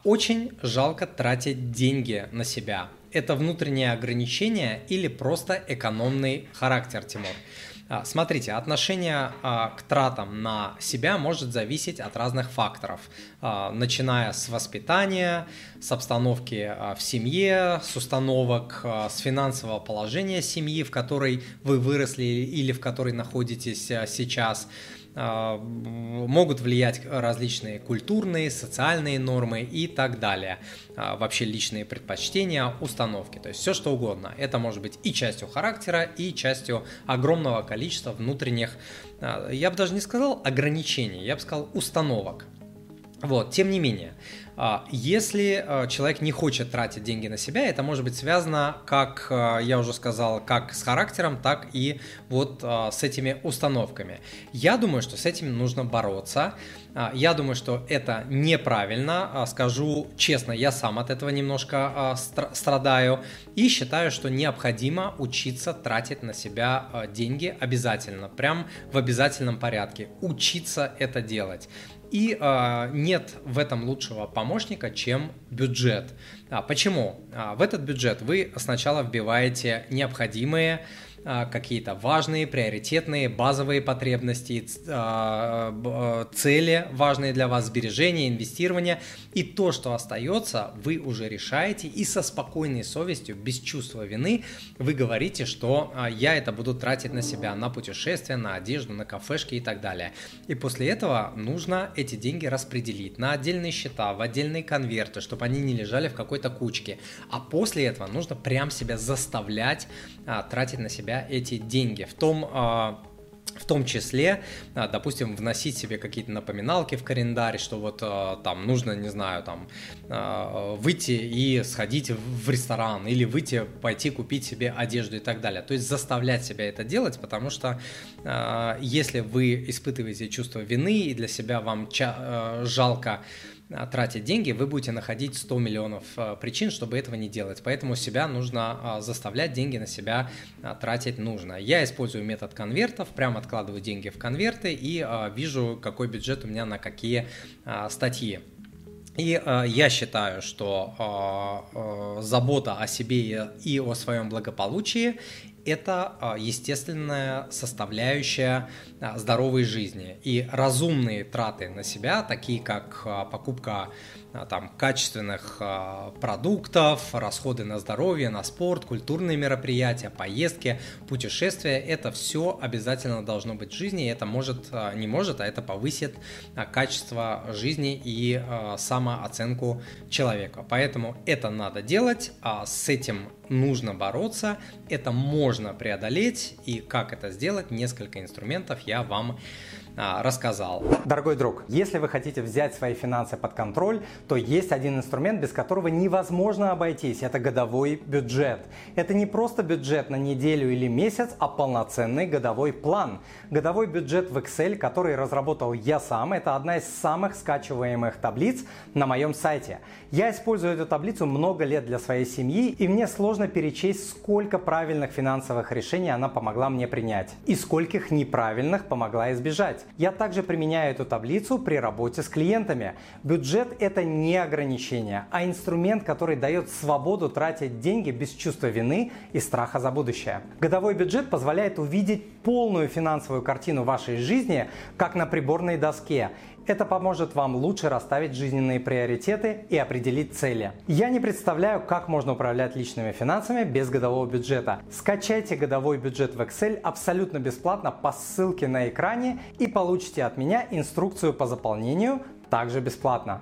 Очень жалко тратить деньги на себя. Это внутреннее ограничение или просто экономный характер, Тимур? Смотрите, отношение к тратам на себя может зависеть от разных факторов, начиная с воспитания, с обстановки в семье, с установок, с финансового положения семьи, в которой вы выросли или в которой находитесь сейчас. Могут влиять различные культурные, социальные нормы и так далее. Вообще личные предпочтения, установки, то есть все что угодно. Это может быть и частью характера, и частью огромного количества внутренних, я бы даже не сказал ограничений, я бы сказал установок. Вот, тем не менее, если человек не хочет тратить деньги на себя, это может быть связано, как я уже сказал, как с характером, так и вот с этими установками. Я думаю, что с этим нужно бороться. Я думаю, что это неправильно. Скажу честно, я сам от этого немножко страдаю и считаю, что необходимо учиться тратить на себя деньги обязательно, прям в обязательном порядке, учиться это делать. И нет в этом лучшего помощника, чем бюджет. Почему? В этот бюджет вы сначала вбиваете необходимые, какие-то важные, приоритетные, базовые потребности, цели, важные для вас, сбережения, инвестирования. И то, что остается, вы уже решаете и со спокойной совестью, без чувства вины, вы говорите, что я это буду тратить на себя, на путешествия, на одежду, на кафешки и так далее. И после этого нужно эти деньги распределить на отдельные счета, в отдельные конверты, чтобы они не лежали в какой-то кучке. А после этого нужно прям себя заставлять тратить на себя эти деньги, в том числе, допустим, вносить себе какие-то напоминалки в календарь, что вот там нужно, не знаю, там выйти и сходить в ресторан или выйти, пойти купить себе одежду и так далее. То есть заставлять себя это делать, потому что если вы испытываете чувство вины и для себя вам жалко тратить деньги, вы будете находить 100 миллионов причин, чтобы этого не делать. Поэтому себя нужно заставлять, деньги на себя тратить нужно. Я использую метод конвертов, прям откладываю деньги в конверты и вижу, какой бюджет у меня на какие статьи. И я считаю, что забота о себе и о своем благополучии – это естественная составляющая здоровой жизни. И разумные траты на себя, такие как покупка там, качественных продуктов, расходы на здоровье, на спорт, культурные мероприятия, поездки, путешествия, это все обязательно должно быть в жизни. И это это повысит качество жизни и самооценку человека. Поэтому это надо делать, с этим нужно бороться, это можно преодолеть, и как это сделать, несколько инструментов я вам рассказал. Дорогой друг, если вы хотите взять свои финансы под контроль, то есть один инструмент, без которого невозможно обойтись. Это годовой бюджет. Это не просто бюджет на неделю или месяц, а полноценный годовой план. Годовой бюджет в Excel, который разработал я сам, это одна из самых скачиваемых таблиц на моем сайте. Я использую эту таблицу много лет для своей семьи, и мне сложно перечесть, сколько правильных финансовых решений она помогла мне принять и скольких неправильных помогла избежать. Я также применяю эту таблицу при работе с клиентами. Бюджет – это не ограничение, а инструмент, который дает свободу тратить деньги без чувства вины и страха за будущее. Годовой бюджет позволяет увидеть полную финансовую картину вашей жизни, как на приборной доске. Это поможет вам лучше расставить жизненные приоритеты и определить цели. Я не представляю, как можно управлять личными финансами без годового бюджета. Скачайте годовой бюджет в Excel абсолютно бесплатно по ссылке на экране и получите от меня инструкцию по заполнению также бесплатно.